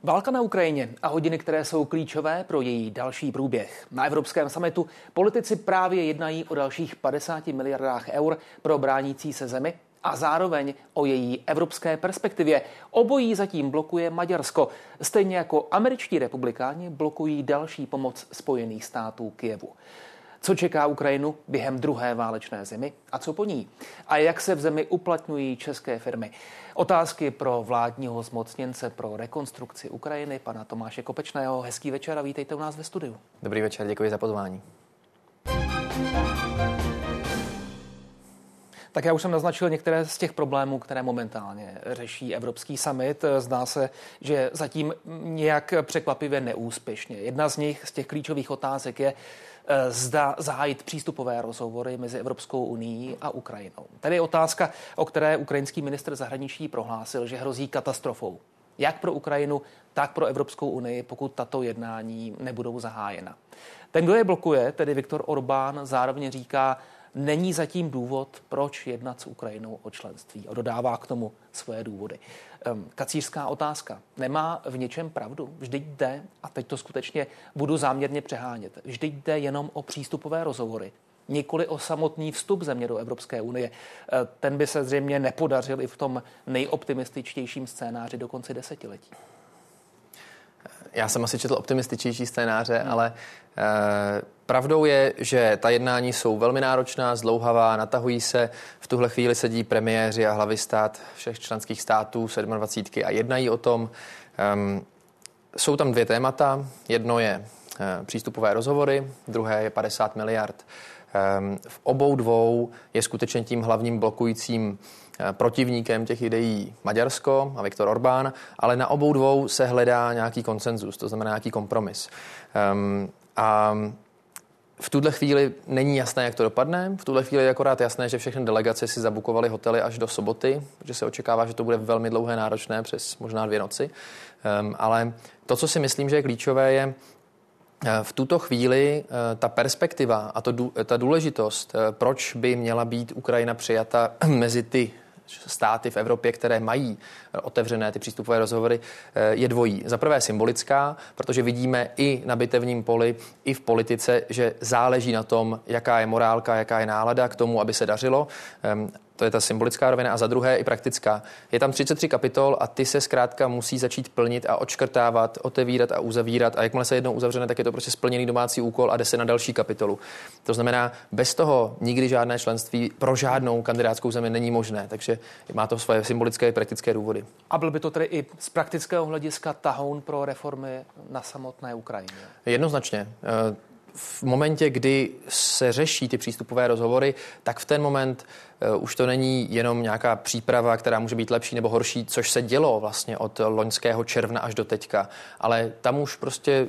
Válka na Ukrajině a hodiny, které jsou klíčové pro její další průběh. Na Evropském summitu politici právě jednají o dalších 50 miliardách eur pro bránící se zemi a zároveň o její evropské perspektivě. Obojí zatím blokuje Maďarsko, stejně jako američtí republikáni blokují další pomoc Spojených států Kyjevu. Co čeká Ukrajinu během druhé válečné zimy a co po ní? A jak se v zemi uplatňují české firmy? Otázky pro vládního zmocněnce pro rekonstrukci Ukrajiny, pana Tomáše Kopečného. Hezký večer a vítejte u nás ve studiu. Dobrý večer, děkuji za pozvání. Tak já už jsem naznačil některé z těch problémů, které momentálně řeší Evropský summit. Zdá se, že zatím nějak překvapivě neúspěšně. Jedna z nich, z těch klíčových otázek je, zda zahájit přístupové rozhovory mezi Evropskou unií a Ukrajinou. Tady je otázka, o které ukrajinský ministr zahraničí prohlásil, že hrozí katastrofou. Jak pro Ukrajinu, tak pro Evropskou unii, pokud tato jednání nebudou zahájena. Ten, kdo je blokuje, tedy Viktor Orbán, zároveň říká, není zatím důvod, proč jednat s Ukrajinou o členství. A dodává k tomu svoje důvody. Kacířská otázka. Nemá v něčem pravdu? Vždyť jde, a teď to skutečně budu záměrně přehánět, vždyť jde jenom o přístupové rozhovory. Nikoli o samotný vstup země do Evropské unie. Ten by se zřejmě nepodařil i v tom nejoptimističtějším scénáři do konce desetiletí. Já jsem asi četl optimističtější scénáře, ale pravdou je, že ta jednání jsou velmi náročná, zdlouhavá, natahují se. V tuhle chvíli sedí premiéři a hlavy stát všech členských států 27 a jednají o tom. Jsou tam dvě témata. Jedno je přístupové rozhovory, druhé je 50 miliard. V obou dvou je skutečně tím hlavním blokujícím protivníkem těch ideí Maďarsko a Viktor Orbán, ale na obou dvou se hledá nějaký konsenzus, to znamená nějaký kompromis. A v tuhle chvíli není jasné, jak to dopadne. V tuhle chvíli je akorát jasné, že všechny delegace si zabukovaly hotely až do soboty, že se očekává, že to bude velmi dlouhé, náročné, přes možná 2 noci. Ale to, co si myslím, že je klíčové, je v tuto chvíli ta perspektiva a ta důležitost, proč by měla být Ukrajina přijata mezi ty státy v Evropě, které mají otevřené ty přístupové rozhovory, je dvojí. Za prvé symbolická, protože vidíme i na bitevním poli, i v politice, že záleží na tom, jaká je morálka, jaká je nálada k tomu, aby se dařilo. To je ta symbolická rovina. A za druhé i praktická. Je tam 33 kapitol a ty se zkrátka musí začít plnit a odškrtávat, otevírat a uzavírat. A jakmile se jednou uzavřene, tak je to prostě splněný domácí úkol a jde se na další kapitolu. To znamená, bez toho nikdy žádné členství pro žádnou kandidátskou zemi není možné. Takže má to svoje symbolické i praktické důvody. A byl by to tedy i z praktického hlediska tahoun pro reformy na samotné Ukrajině? Jednoznačně. V momentě, kdy se řeší ty přístupové rozhovory, tak v ten moment už to není jenom nějaká příprava, která může být lepší nebo horší, což se dělo vlastně od loňského června až do teďka. Ale tam už prostě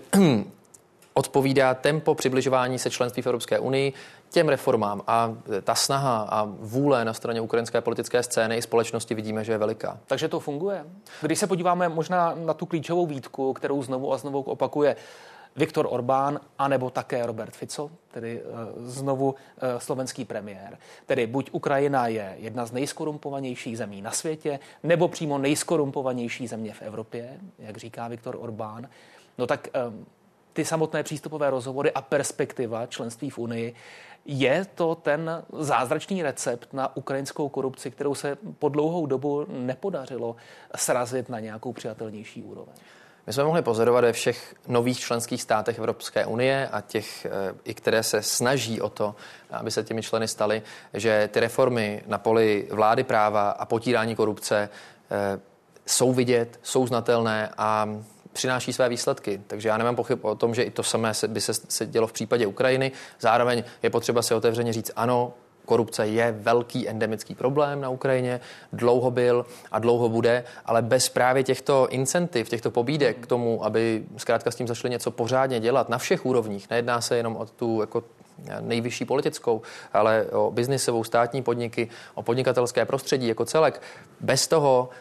odpovídá tempo přibližování se členství v Evropské unii těm reformám a ta snaha a vůle na straně ukrajinské politické scény i společnosti vidíme, že je veliká. Takže to funguje? Když se podíváme možná na tu klíčovou výtku, kterou znovu a znovu opakuje Viktor Orbán, anebo také Robert Fico, tedy znovu slovenský premiér. Tedy buď Ukrajina je jedna z nejskorumpovanějších zemí na světě, nebo přímo nejskorumpovanější země v Evropě, jak říká Viktor Orbán. No tak ty samotné přístupové rozhovory a perspektiva členství v Unii, je to ten zázračný recept na ukrajinskou korupci, kterou se po dlouhou dobu nepodařilo srazit na nějakou přijatelnější úroveň? My jsme mohli pozorovat ve všech nových členských státech Evropské unie a těch, i které se snaží o to, aby se těmi členy staly, že ty reformy na poli vlády práva a potírání korupce jsou vidět, jsou znatelné a přináší své výsledky. Takže já nemám pochyb o tom, že i to samé by se dělo v případě Ukrajiny. Zároveň je potřeba si otevřeně říct ano, korupce je velký endemický problém na Ukrajině, dlouho byl a dlouho bude, ale bez právě těchto incentiv, těchto pobídek k tomu, aby zkrátka s tím začali něco pořádně dělat na všech úrovních. Nejedná se jenom o tu jako nejvyšší politickou, ale o biznisovou, státní podniky, o podnikatelské prostředí jako celek. Bez toho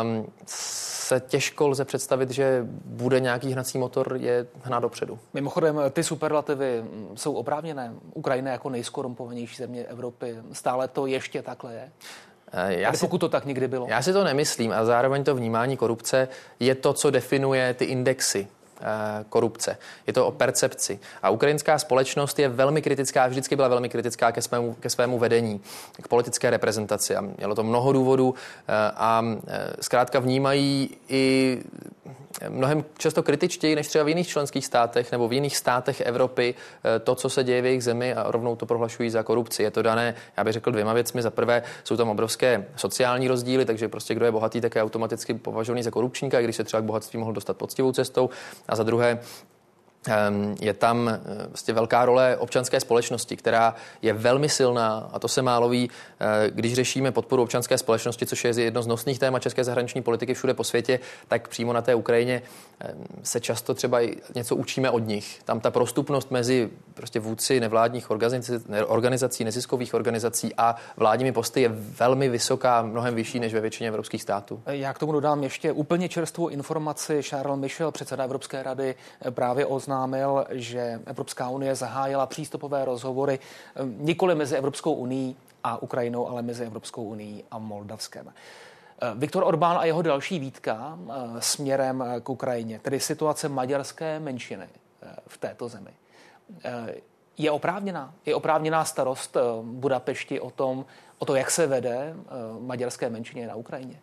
se těžko lze představit, že bude nějaký hnací motor je hnát dopředu. Mimochodem, ty superlativy jsou oprávněné. Ukrajina jako nejskorumpovanější země Evropy. Stále to ještě takhle je? Pokud to tak někdy bylo. Já si to nemyslím a zároveň to vnímání korupce je to, co definuje ty indexy korupce. Je to o percepci. A ukrajinská společnost je velmi kritická, vždycky byla velmi kritická ke svému vedení, k politické reprezentaci. A mělo to mnoho důvodů a zkrátka vnímají i mnohem často kritičtěji než třeba v jiných členských státech nebo v jiných státech Evropy to, co se děje v jejich zemi a rovnou to prohlašují za korupci. Je to dané, já bych řekl, dvěma věcmi. Za prvé jsou tam obrovské sociální rozdíly, takže prostě kdo je bohatý, tak je automaticky považovaný za korupčníka, i když se třeba k bohatství mohl dostat poctivou cestou. A za druhé je tam vlastně velká role občanské společnosti, která je velmi silná a to se málo ví, když řešíme podporu občanské společnosti, což je jedno z nosných témat české zahraniční politiky všude po světě, tak přímo na té Ukrajině se často třeba i něco učíme od nich. Tam ta prostupnost mezi prostě vůdci nevládních organizací, neziskových organizací a vládními posty je velmi vysoká, mnohem vyšší než ve většině evropských států. Já k tomu dodám ještě úplně čerstvou informaci. Charles Michel, předseda Evropské rady, právě oznámil, že Evropská unie zahájila přístupové rozhovory nikoli mezi Evropskou unií a Ukrajinou, ale mezi Evropskou unií a Moldavskem. Viktor Orbán a jeho další výtka směrem k Ukrajině, tedy situace maďarské menšiny v této zemi, je oprávněná? Je oprávněná starost Budapešti o to, jak se vede maďarské menšině na Ukrajině?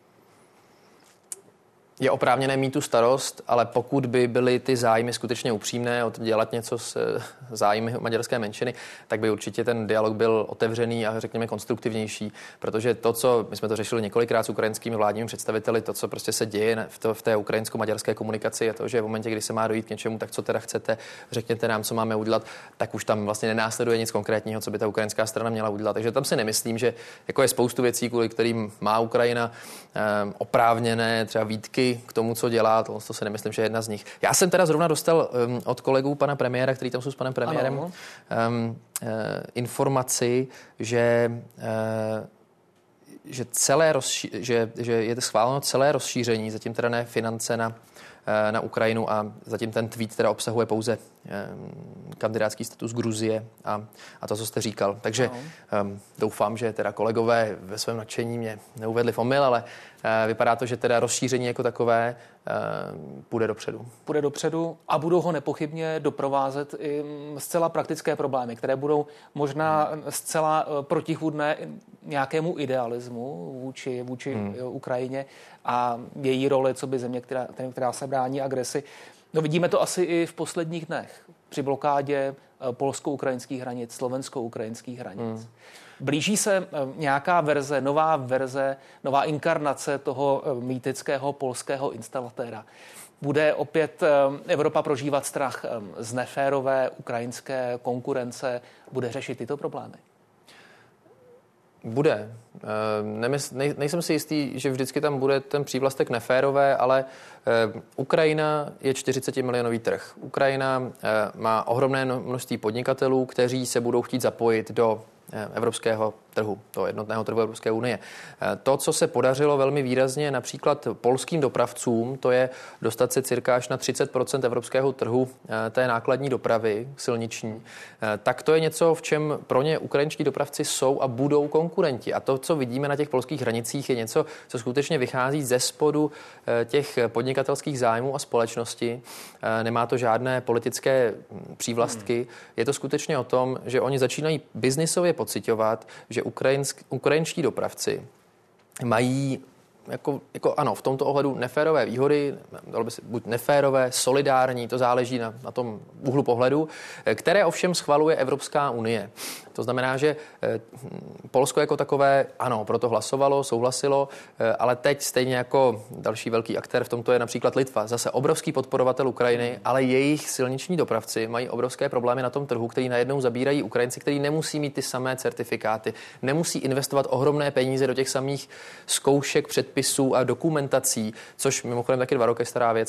Je oprávněné mít tu starost, ale pokud by byly ty zájmy skutečně upřímné, dělat něco s zájmy maďarské menšiny, tak by určitě ten dialog byl otevřený a řekněme konstruktivnější, protože to, co my jsme to řešili několikrát s ukrajinskými vládními představiteli, to, co prostě se děje v té ukrajinsko-maďarské komunikaci, je to, že v momentě, kdy se má dojít k něčemu, tak co teda chcete, řekněte nám, co máme udělat, tak už tam vlastně nenásleduje nic konkrétního, co by ta ukrajinská strana měla udělat. Takže tam si nemyslím, že jako je spoustu věcí, kvůli kterým má Ukrajina oprávněné třeba výtky k tomu, co dělá, to se nemyslím, že je jedna z nich. Já jsem teda zrovna dostal od kolegů pana premiéra, který tam jsou s panem premiérem, informaci, že je schváleno celé rozšíření, zatím teda ne finance na Ukrajinu a zatím ten tweet teda obsahuje pouze kandidátský status Gruzie a to, co jste říkal. Takže doufám, že teda kolegové ve svém nadšení mě neuvedli v omyl, ale vypadá to, že teda rozšíření jako takové půjde dopředu. Půjde dopředu a budou ho nepochybně doprovázet i zcela praktické problémy, které budou možná zcela protichůdné nějakému idealismu vůči Ukrajině a její roli, co by země, která se brání agresi. No, vidíme to asi i v posledních dnech při blokádě polsko-ukrajinských hranic, slovensko-ukrajinských hranic. Blíží se nějaká nová inkarnace toho mýtického polského instalatéra. Bude opět Evropa prožívat strach z neférové ukrajinské konkurence? Bude řešit tyto problémy? Bude. Nejsem si jistý, že vždycky tam bude ten přívlastek neférové, ale Ukrajina je 40-milionový trh. Ukrajina má ohromné množství podnikatelů, kteří se budou chtít zapojit do evropského trhu, do jednotného trhu Evropské unie. To, co se podařilo velmi výrazně například polským dopravcům, to je dostat se cirka až na 30% evropského trhu té nákladní dopravy silniční, tak to je něco, v čem pro ně ukrajinští dopravci jsou a budou konkurenti. A to, co vidíme na těch polských hranicích, je něco, co skutečně vychází ze spodu těch podnikatelských zájmů a společnosti. Nemá to žádné politické přívlastky. Je to skutečně o tom, že oni začínají biznisově pociťovat, že ukrajinští dopravci mají jako ano, v tomto ohledu neférové výhody, dalo by se buď neférové, solidární, to záleží na tom úhlu pohledu, které ovšem schvaluje Evropská unie. To znamená, že Polsko jako takové, ano, proto souhlasilo, ale teď stejně jako další velký aktér v tomto je například Litva. Zase obrovský podporovatel Ukrajiny, ale jejich silniční dopravci mají obrovské problémy na tom trhu, který najednou zabírají Ukrajinci, kteří nemusí mít ty samé certifikáty, nemusí investovat ohromné peníze do těch samých zkoušek, předpisů a dokumentací, což mimochodem taky 2 roky stará věc,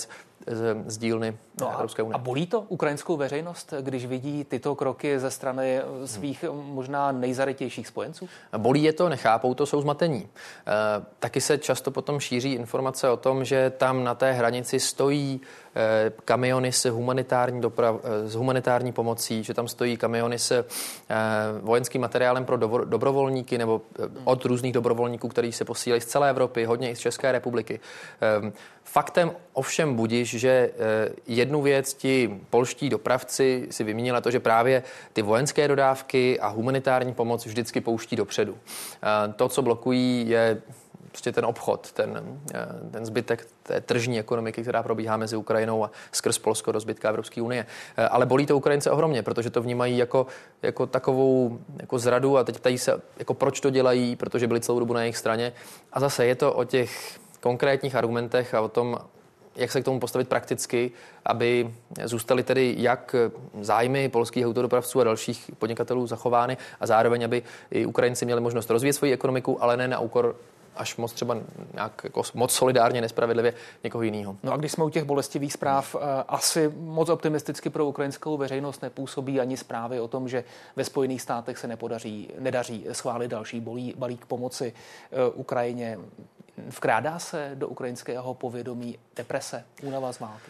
z dílny Evropské unie. A bolí to ukrajinskou veřejnost, když vidí tyto kroky ze strany svých možná nejzarytějších spojenců? Bolí je to, nechápou to, jsou zmatení. Taky se často potom šíří informace o tom, že tam na té hranici stojí kamiony s humanitární pomocí, že tam stojí kamiony s vojenským materiálem pro dobrovolníky nebo od různých dobrovolníků, kteří se posílají z celé Evropy, hodně i z České republiky. Faktem ovšem budiš, že jednu věc ti polští dopravci si vymínili to, že právě ty vojenské dodávky a humanitární pomoc vždycky pouští dopředu. To, co blokují, je prostě ten obchod, ten zbytek té tržní ekonomiky, která probíhá mezi Ukrajinou a skrz Polsko do zbytka Evropské unie. Ale bolí to Ukrajince ohromně, protože to vnímají jako takovou jako zradu a teď ptají se, jako proč to dělají, protože byli celou dobu na jejich straně. A zase je to o těch konkrétních argumentech a o tom, jak se k tomu postavit prakticky, aby zůstaly tedy jak zájmy polských autodopravců a dalších podnikatelů zachovány a zároveň, aby i Ukrajinci měli možnost rozvíjet svoji ekonomiku, ale ne na úkor až moc třeba nějak jako moc solidárně, nespravedlivě někoho jiného. No a když jsme u těch bolestivých zpráv, asi moc optimisticky pro ukrajinskou veřejnost nepůsobí ani zprávy o tom, že ve Spojených státech se nedaří schválit další balík pomoci Ukrajině. Vkrádá se do ukrajinského povědomí deprese, únava z války?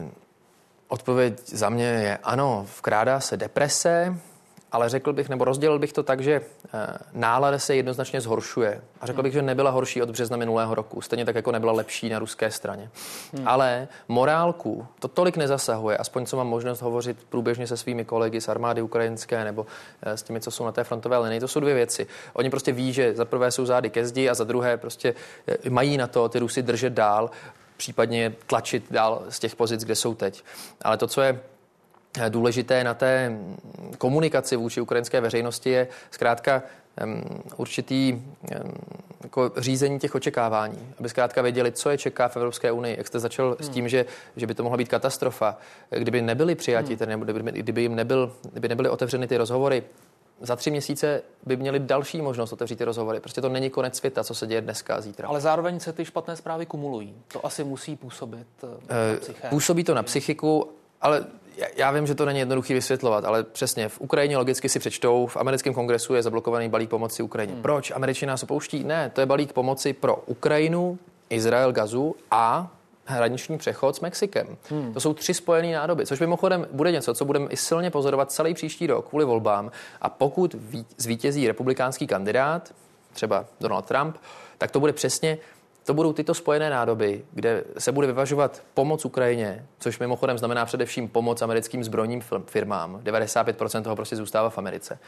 Odpověď za mě je ano, vkrádá se deprese, ale řekl bych, nebo rozdělil bych to tak, že nálada se jednoznačně zhoršuje. A řekl bych, že nebyla horší od března minulého roku. Stejně tak, jako nebyla lepší na ruské straně. Ale morálku to tolik nezasahuje, aspoň co mám možnost hovořit průběžně se svými kolegy z armády ukrajinské nebo s těmi, co jsou na té frontové linii. To jsou dvě věci. Oni prostě ví, že za prvé jsou zády ke zdi a za druhé prostě mají na to ty Rusy držet dál, případně tlačit dál z těch pozic, kde jsou teď. Ale to, co je důležité na té komunikaci vůči ukrajinské veřejnosti, je zkrátka určitý jako řízení těch očekávání, aby zkrátka věděli, co je čeká v Evropské unii. Jak jste začal s tím, že by to mohla být katastrofa, kdyby nebyli přijati, nebo kdyby nebyly otevřeny ty rozhovory, za 3 měsíce by měli další možnost otevřít ty rozhovory. Prostě to není konec světa, co se děje dneska a zítra. Ale zároveň se ty špatné zprávy kumulují. To asi musí působit na psyché. Působí to na psychiku, ale já vím, že to není jednoduchý vysvětlovat, ale přesně v Ukrajině logicky si přečtou, v americkém kongresu je zablokovaný balík pomoci Ukrajině. Proč? Američané nás opouští? Ne, to je balík pomoci pro Ukrajinu, Izrael, Gazu a hraniční přechod s Mexikem. To jsou 3 spojené nádoby, což mimochodem bude něco, co budeme i silně pozorovat celý příští rok kvůli volbám. A pokud zvítězí republikánský kandidát, třeba Donald Trump, tak to bude přesně to budou tyto spojené nádoby, kde se bude vyvažovat pomoc Ukrajině, což mimochodem znamená především pomoc americkým zbrojním firmám. 95% toho prostě zůstává v Americe.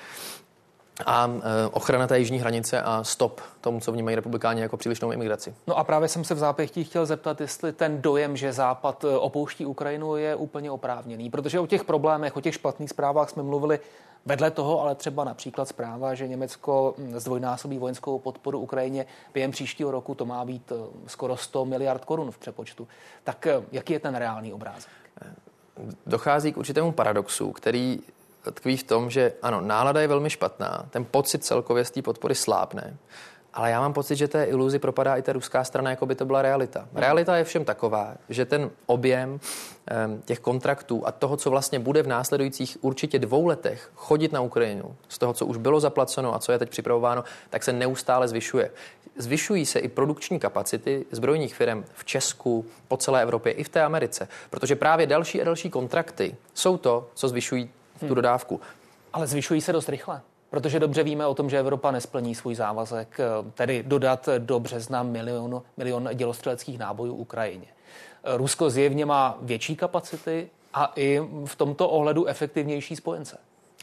A ochrana té jižní hranice a stop tomu, co vnímají republikáni jako přílišnou imigraci. No a právě jsem se v zápětí chtěl zeptat, jestli ten dojem, že Západ opouští Ukrajinu, je úplně oprávněný. Protože o těch problémech, o těch špatných zprávách jsme mluvili vedle toho, ale třeba například zpráva, že Německo zdvojnásobí vojenskou podporu Ukrajině během příštího roku, to má být skoro 100 miliard korun v přepočtu. Tak jaký je ten reálný obrázek? Dochází k určitému paradoxu, který tkví v tom, že ano, nálada je velmi špatná, ten pocit celkově z té podpory slábne, ale já mám pocit, že té iluzi propadá i ta ruská strana, jako by to byla realita. Realita je všem taková, že ten objem těch kontraktů a toho, co vlastně bude v následujících určitě 2 letech chodit na Ukrajinu, z toho, co už bylo zaplaceno a co je teď připravováno, tak se neustále zvyšuje. Zvyšují se i produkční kapacity zbrojních firm v Česku, po celé Evropě i v té Americe, protože právě další a další kontrakty jsou to, co zvyšují tu dodávku. Ale zvyšují se dost rychle, protože dobře víme o tom, že Evropa nesplní svůj závazek, tedy dodat do března milion dělostřeleckých nábojů Ukrajině. Rusko zjevně má větší kapacity a i v tomto ohledu efektivnější spojence.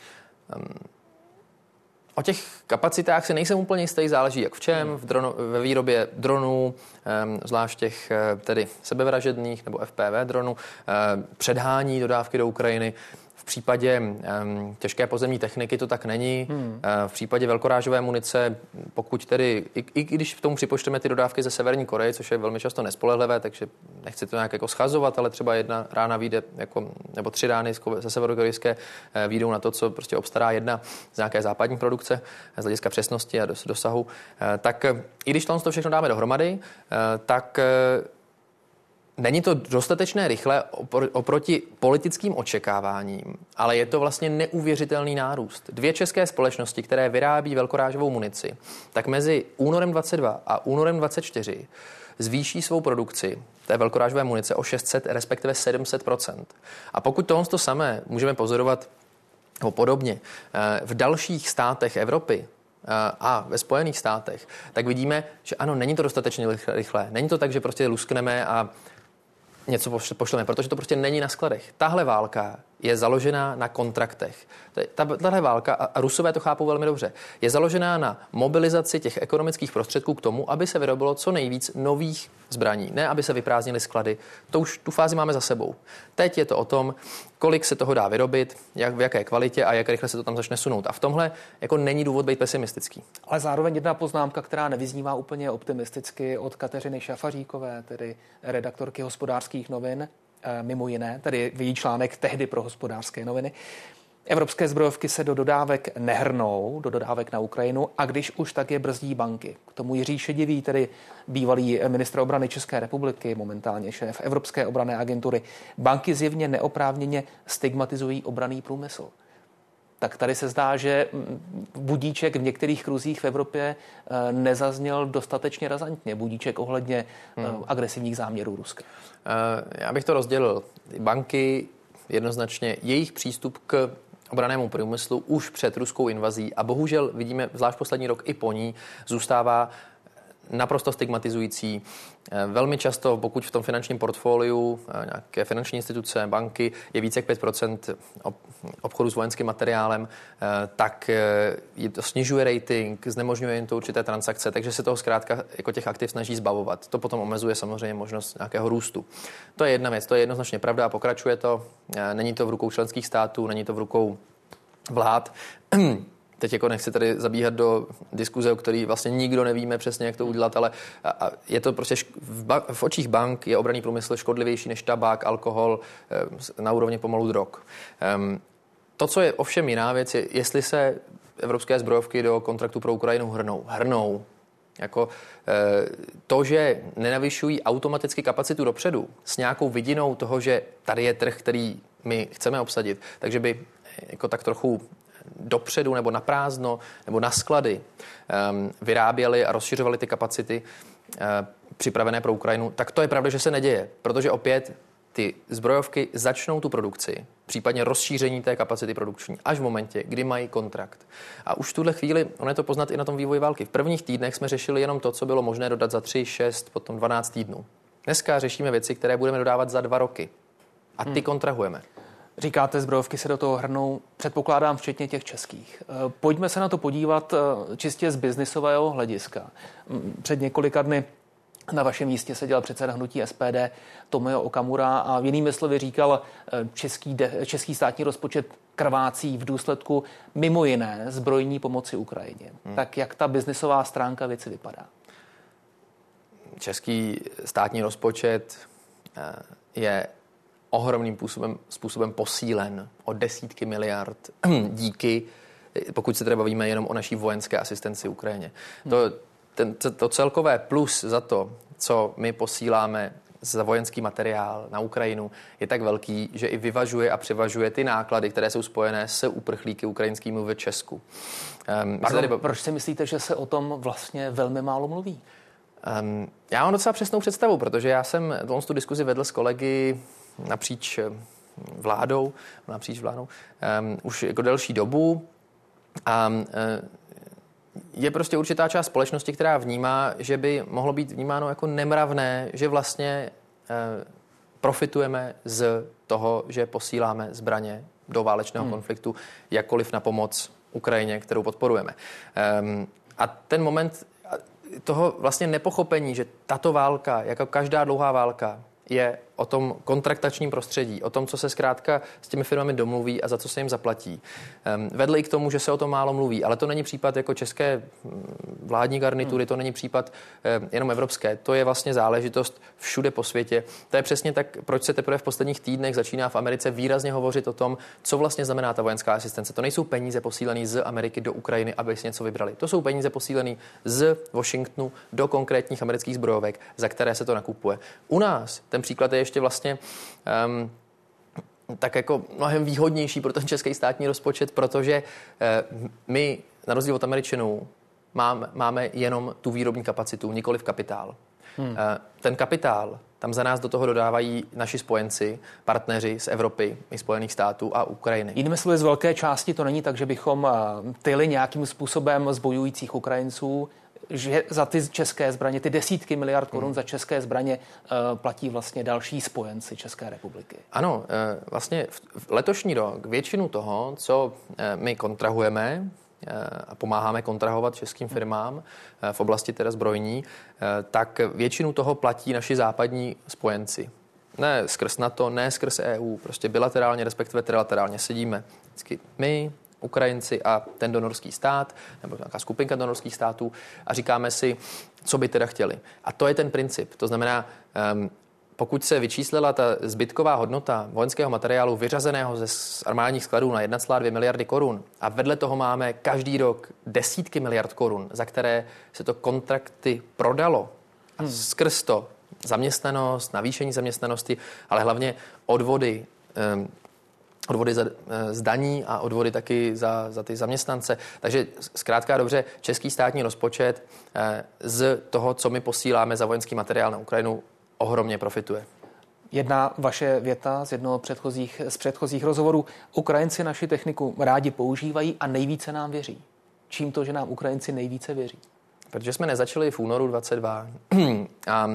O těch kapacitách si nejsem úplně jistý, záleží jak v čem, ve výrobě dronů, zvlášť těch tedy sebevražedných nebo FPV dronů, předhání dodávky do Ukrajiny. V případě těžké pozemní techniky to tak není. V případě velkorážové munice, pokud tedy, i když k tomu připočteme ty dodávky ze Severní Koreje, což je velmi často nespolehlivé, takže nechci to nějak jako schazovat, ale třeba 1 rána vyjde, nebo 3 rány ze severokorejské vyjdou na to, co prostě obstará 1 z nějaké západní produkce z hlediska přesnosti a dosahu. Tak i když to všechno dáme dohromady, tak Není to dostatečné rychle oproti politickým očekáváním, ale je to vlastně neuvěřitelný nárůst. 2 české společnosti, které vyrábí velkorážovou munici, tak mezi únorem 22 a únorem 24 zvýší svou produkci té velkorážové munice o 600, respektive 700%. A pokud to samé můžeme pozorovat podobně v dalších státech Evropy, a ve Spojených státech, tak vidíme, že ano, není to dostatečně rychlé. Není to tak, že prostě luskneme a něco pošleme, protože to prostě není na skladech. Tahle válka je založená na kontraktech. Tahle válka, a Rusové to chápou velmi dobře, je založená na mobilizaci těch ekonomických prostředků k tomu, aby se vyrobilo co nejvíc nových zbraní, ne aby se vyprázdnily sklady. To už tu fázi máme za sebou. Teď je to o tom, kolik se toho dá vyrobit, v jaké kvalitě a jak rychle se to tam začne sunout. A v tomhle jako není důvod být pesimistický. Ale zároveň jedna poznámka, která nevyznívá úplně optimisticky od Kateřiny Šafaříkové, tedy redaktorky Hospodářských novin, mimo jiné, tedy její článek tehdy pro Hospodářské noviny. Evropské zbrojovky se do dodávek nehrnou, do dodávek na Ukrajinu, a když už, tak je brzdí banky. K tomu Jiří Šedivý, tedy bývalý ministr obrany České republiky, momentálně šéf Evropské obranné agentury. Banky zjevně neoprávněně stigmatizují obranný průmysl. Tak tady se zdá, že budíček v některých kruzích v Evropě nezazněl dostatečně razantně. Budíček ohledně agresivních záměrů Ruska. Já bych to rozdělil. Banky jednoznačně, jejich přístup k obrannému průmyslu už před ruskou invazí a bohužel vidíme, zvlášť poslední rok i po ní, zůstává naprosto stigmatizující. Velmi často, pokud v tom finančním portfoliu nějaké finanční instituce, banky je více jak 5% obchodu s vojenským materiálem, tak to snižuje rating, znemožňuje jim to určité transakce, takže se toho zkrátka jako těch aktiv snaží zbavovat. To potom omezuje samozřejmě možnost nějakého růstu. To je jedna věc, to je jednoznačně pravda a pokračuje to. Není to v rukou členských států, není to v rukou vlád. Teď jako nechci tady zabíhat do diskuze, o který vlastně nikdo nevíme přesně, jak to udělat, ale je to prostě v očích bank je obranný průmysl škodlivější než tabák, alkohol, na úrovni pomalu drog. To, co je ovšem jiná věc, je, jestli se evropské zbrojovky do kontraktu pro Ukrajinu hrnou. Jako to, že nenavyšují automaticky kapacitu dopředu s nějakou vidinou toho, že tady je trh, který my chceme obsadit, takže by jako tak trochu dopředu nebo na prázdno nebo na sklady vyráběli a rozšiřovali ty kapacity připravené pro Ukrajinu, tak to je pravda, že se neděje, protože opět ty zbrojovky začnou tu produkci, případně rozšíření té kapacity produkční, až v momentě, kdy mají kontrakt. A už v tuhle chvíli, ono je to poznat i na tom vývoji války. V prvních týdnech jsme řešili jenom to, co bylo možné dodat za 3, 6, potom 12 týdnů. Dneska řešíme věci, které budeme dodávat za 2 roky. A ty kontrahujeme. Říkáte, zbrojovky se do toho hrnou, předpokládám, včetně těch českých. Pojďme se na to podívat čistě z biznisového hlediska. Před několika dny na vašem místě seděl předseda hnutí SPD Tomio Okamura a v jinými slovy říkal, český státní rozpočet krvácí v důsledku mimo jiné zbrojní pomoci Ukrajině. Tak jak ta biznisová stránka věci vypadá? Český státní rozpočet je ohromným způsobem posílen o desítky miliard díky, pokud se teda bavíme jenom o naší vojenské asistenci Ukrajině. To celkové plus za to, co my posíláme za vojenský materiál na Ukrajinu, je tak velký, že i vyvažuje a převažuje ty náklady, které jsou spojené s uprchlíky ukrajinskými v Česku. Proč si myslíte, že se o tom vlastně velmi málo mluví? Já mám docela přesnou představu, protože já jsem tu diskuzi vedl s kolegy napříč vládou už jako delší dobu a je prostě určitá část společnosti, která vnímá, že by mohlo být vnímáno jako nemravné, že vlastně profitujeme z toho, že posíláme zbraně do válečného konfliktu, jakkoliv na pomoc Ukrajině, kterou podporujeme. A ten moment toho vlastně nepochopení, že tato válka, jako každá dlouhá válka, je o tom kontraktačním prostředí, o tom, co se zkrátka s těmi firmami domluví a za co se jim zaplatí. Vedle i k tomu, že se o tom málo mluví, ale to není případ jako české vládní garnitury, to není případ jenom evropské. To je vlastně záležitost všude po světě. To je přesně tak, proč se teprve v posledních týdnech začíná v Americe výrazně hovořit o tom, co vlastně znamená ta vojenská asistence. To nejsou peníze posílené z Ameriky do Ukrajiny, aby si něco vybrali. To jsou peníze posílené z Washingtonu do konkrétních amerických zbrojovek, za které se to nakupuje. U nás ten příklad je ještě vlastně tak jako mnohem výhodnější pro ten český státní rozpočet, protože my, na rozdíl od Američanů, máme jenom tu výrobní kapacitu, nikoli v kapitál. Ten kapitál tam za nás do toho dodávají naši spojenci, partneři z Evropy, i Spojených států a Ukrajiny. Jinými slovy, z velké části to není tak, že bychom tyli nějakým způsobem z bojujících Ukrajinců, že za ty české zbraně, ty desítky miliard korun za české zbraně platí vlastně další spojenci České republiky. Ano, vlastně v letošní rok většinu toho, co my kontrahujeme a pomáháme kontrahovat českým firmám v oblasti teda zbrojní, tak většinu toho platí naši západní spojenci. Ne skrz NATO, ne skrz EU, prostě bilaterálně, respektive trilaterálně sedíme. Vždycky my, Ukrajinci a ten donorský stát, nebo nějaká skupinka donorských států a říkáme si, co by teda chtěli. A to je ten princip. To znamená, pokud se vyčíslila ta zbytková hodnota vojenského materiálu vyřazeného ze armádních skladů na 1,2 miliardy korun a vedle toho máme každý rok desítky miliard korun, za které se to kontrakty prodalo a skrz to zaměstnanost, navýšení zaměstnanosti, ale hlavně odvody z daní a odvody taky za ty zaměstnance. Takže zkrátka dobře, český státní rozpočet z toho, co my posíláme za vojenský materiál na Ukrajinu, ohromně profituje. Jedna vaše věta z jednoho z předchozích rozhovorů. Ukrajinci naši techniku rádi používají a nejvíce nám věří. Čím to, že nám Ukrajinci nejvíce věří? Protože jsme nezačali v únoru 2022 a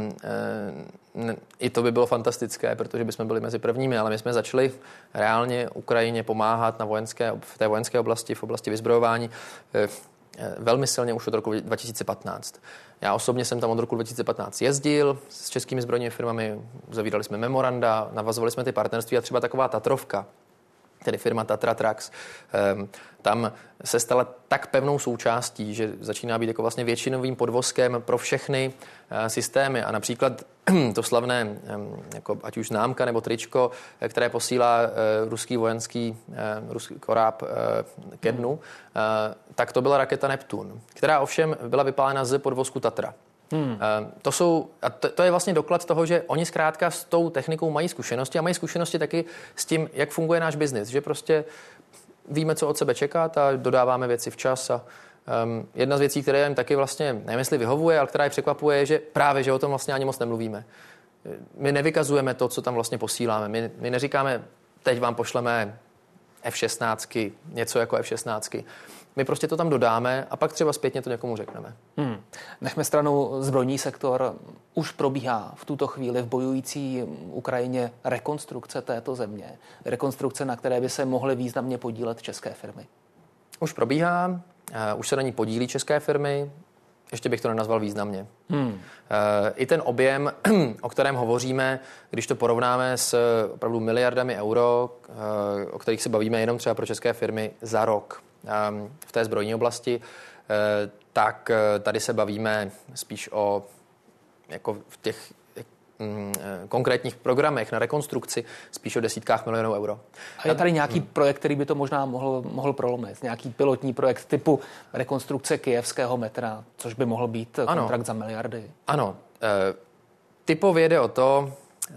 i to by bylo fantastické, protože bychom byli mezi prvními, ale my jsme začali reálně Ukrajině pomáhat v té vojenské oblasti, v oblasti vyzbrojování velmi silně už od roku 2015. Já osobně jsem tam od roku 2015 jezdil s českými zbrojními firmami, zavírali jsme memoranda, navazovali jsme ty partnerství a třeba taková Tatrovka, tedy firma Tatra Trax, tam se stala tak pevnou součástí, že začíná být jako vlastně většinovým podvozkem pro všechny systémy. A například to slavné, jako ať už známka nebo tričko, které posílá ruský vojenský koráb ke dnu, tak to byla raketa Neptun, která ovšem byla vypálena z podvozku Tatra. To je vlastně doklad toho, že oni zkrátka s tou technikou mají zkušenosti a mají zkušenosti taky s tím, jak funguje náš biznis, že prostě víme, co od sebe čekat a dodáváme věci včas a jedna z věcí, které jim taky vlastně, nevím, jestli vyhovuje, ale která je překvapuje, je, že právě, že o tom vlastně ani moc nemluvíme. My nevykazujeme to, co tam vlastně posíláme. My neříkáme, teď vám pošleme F-16, něco jako F-16. My prostě to tam dodáme a pak třeba zpětně to někomu řekneme. Nechme stranou zbrojní sektor. Už probíhá v tuto chvíli v bojující Ukrajině rekonstrukce této země. Rekonstrukce, na které by se mohly významně podílet české firmy. Už probíhá, už se na ní podílí české firmy, ještě bych to nenazval významně. I ten objem, o kterém hovoříme, když to porovnáme s opravdu miliardami euro, o kterých se bavíme jenom třeba pro české firmy za rok v té zbrojní oblasti, tak tady se bavíme spíš o jako v těch konkrétních programech na rekonstrukci spíš o desítkách milionů euro. A je tady nějaký projekt, který by to možná mohl prolomit? Nějaký pilotní projekt typu rekonstrukce kyjevského metra, což by mohl být kontrakt za miliardy? Ano. Typově jde o to,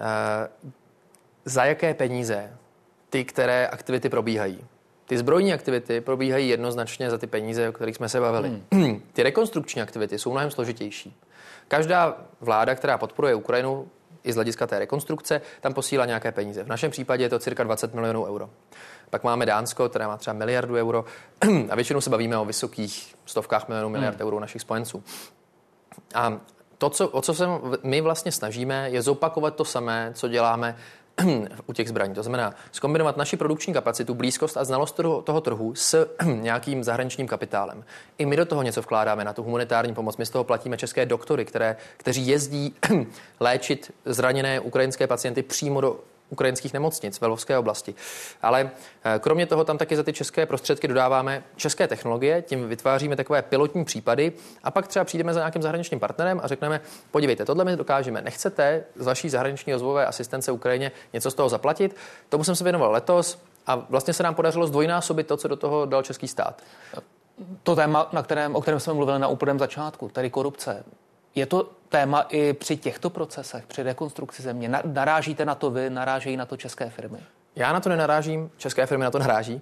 za jaké peníze ty, které aktivity probíhají. Ty zbrojní aktivity probíhají jednoznačně za ty peníze, o kterých jsme se bavili. Ty rekonstrukční aktivity jsou mnohem složitější. Každá vláda, která podporuje Ukrajinu i z hlediska té rekonstrukce, tam posílá nějaké peníze. V našem případě je to cirka 20 milionů euro. Pak máme Dánsko, které má třeba miliardu euro a většinou se bavíme o vysokých stovkách milionů miliard euro našich spojenců. A o co se my vlastně snažíme, je zopakovat to samé, co děláme u těch zbraní. To znamená zkombinovat naši produkční kapacitu, blízkost a znalost toho trhu s nějakým zahraničním kapitálem. I my do toho něco vkládáme na tu humanitární pomoc. My z toho platíme české doktory, kteří jezdí léčit zraněné ukrajinské pacienty přímo do ukrajinských nemocnic ve Lvovské oblasti. Ale kromě toho tam taky za ty české prostředky dodáváme české technologie, tím vytváříme takové pilotní případy a pak třeba přijdeme za nějakým zahraničním partnerem a řekneme, podívejte, tohle my dokážeme, nechcete z vaší zahraniční rozvojové asistence Ukrajině něco z toho zaplatit? Tomu jsem se věnoval letos a vlastně se nám podařilo zdvojnásobit to, co do toho dal český stát. To téma, o kterém jsme mluvili na úplném začátku, tedy korupce, je to téma i při těchto procesech, při rekonstrukci země? Narážíte na to vy, narážejí na to české firmy? Já na to nenarážím, české firmy na to naráží.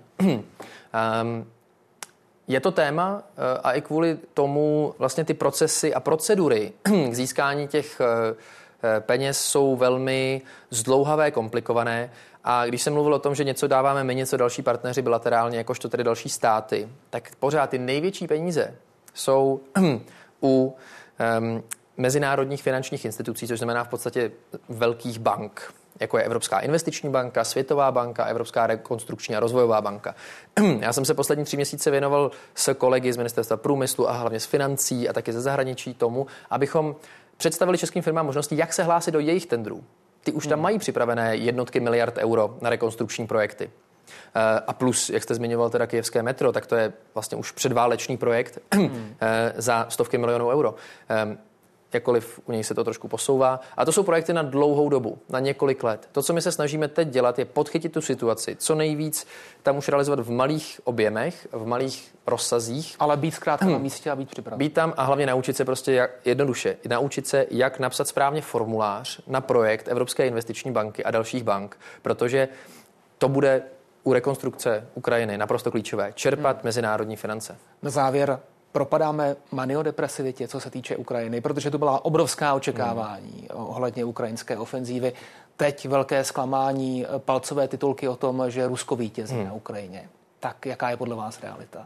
Je to téma a i kvůli tomu vlastně ty procesy a procedury k získání těch peněz jsou velmi zdlouhavé, komplikované. A když jsem mluvil o tom, že něco dáváme my, něco další partneři bilaterálně, jakožto tedy další státy, tak pořád ty největší peníze jsou u mezinárodních finančních institucí, což znamená v podstatě velkých bank, jako je Evropská investiční banka, Světová banka, Evropská rekonstrukční a rozvojová banka. Já jsem se poslední 3 měsíce věnoval s kolegy z Ministerstva průmyslu a hlavně z financí a taky ze zahraničí tomu, abychom představili českým firmám možnosti, jak se hlásit do jejich tendrů. Ty už tam mají připravené jednotky miliard euro na rekonstrukční projekty. A plus, jak jste zmiňoval teda kyjevské metro, tak to je vlastně už předválečný projekt za stovky milionů euro. Jakkoliv u něj se to trošku posouvá. A to jsou projekty na dlouhou dobu, na několik let. To, co my se snažíme teď dělat, je podchytit tu situaci, co nejvíc tam už realizovat v malých objemech, v malých rozsazích. Ale být zkrátka na místě a být připraven. Být tam a hlavně naučit se prostě jednoduše. Naučit se, jak napsat správně formulář na projekt Evropské investiční banky a dalších bank, protože to bude u rekonstrukce Ukrajiny naprosto klíčové. Čerpat mezinárodní finance. Na závěr propadáme maniodepresivitě, co se týče Ukrajiny, protože to byla obrovská očekávání ohledně ukrajinské ofenzívy. Teď velké zklamání, palcové titulky o tom, že Rusko vítězí na Ukrajině. Tak jaká je podle vás realita?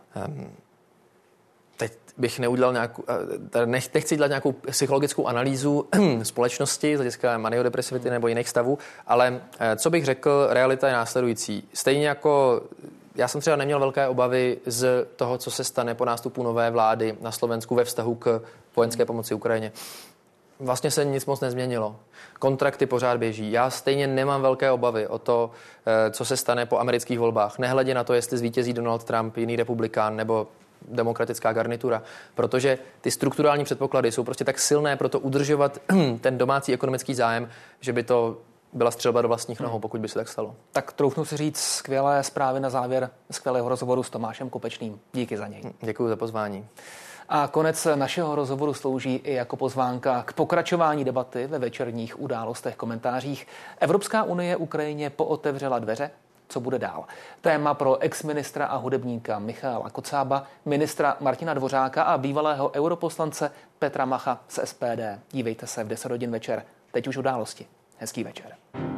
Teď bych neudělal nechci dělat nějakou psychologickou analýzu společnosti z hlediska maniodepresivity nebo jiných stavů, ale co bych řekl, realita je následující. Stejně jako já jsem třeba neměl velké obavy z toho, co se stane po nástupu nové vlády na Slovensku ve vztahu k vojenské pomoci Ukrajině. Vlastně se nic moc nezměnilo. Kontrakty pořád běží. Já stejně nemám velké obavy o to, co se stane po amerických volbách. Nehledě na to, jestli zvítězí Donald Trump, jiný republikán nebo demokratická garnitura, protože ty strukturální předpoklady jsou prostě tak silné pro to udržovat ten domácí ekonomický zájem, že by to byla střelba do vlastních nohou, pokud by se tak stalo. Tak troufnu si říct skvělé zprávy na závěr skvělého rozhovoru s Tomášem Kopečným. Díky za něj. Děkuji za pozvání. A konec našeho rozhovoru slouží i jako pozvánka k pokračování debaty ve večerních Událostech komentářích. Evropská unie Ukrajině pootevřela dveře. Co bude dál? Téma pro exministra a hudebníka Michaela Kocába, ministra Martina Dvořáka a bývalého europoslance Petra Macha z SPD. Dívejte se v 10 hodin večer. Teď už Události. Hezký večer.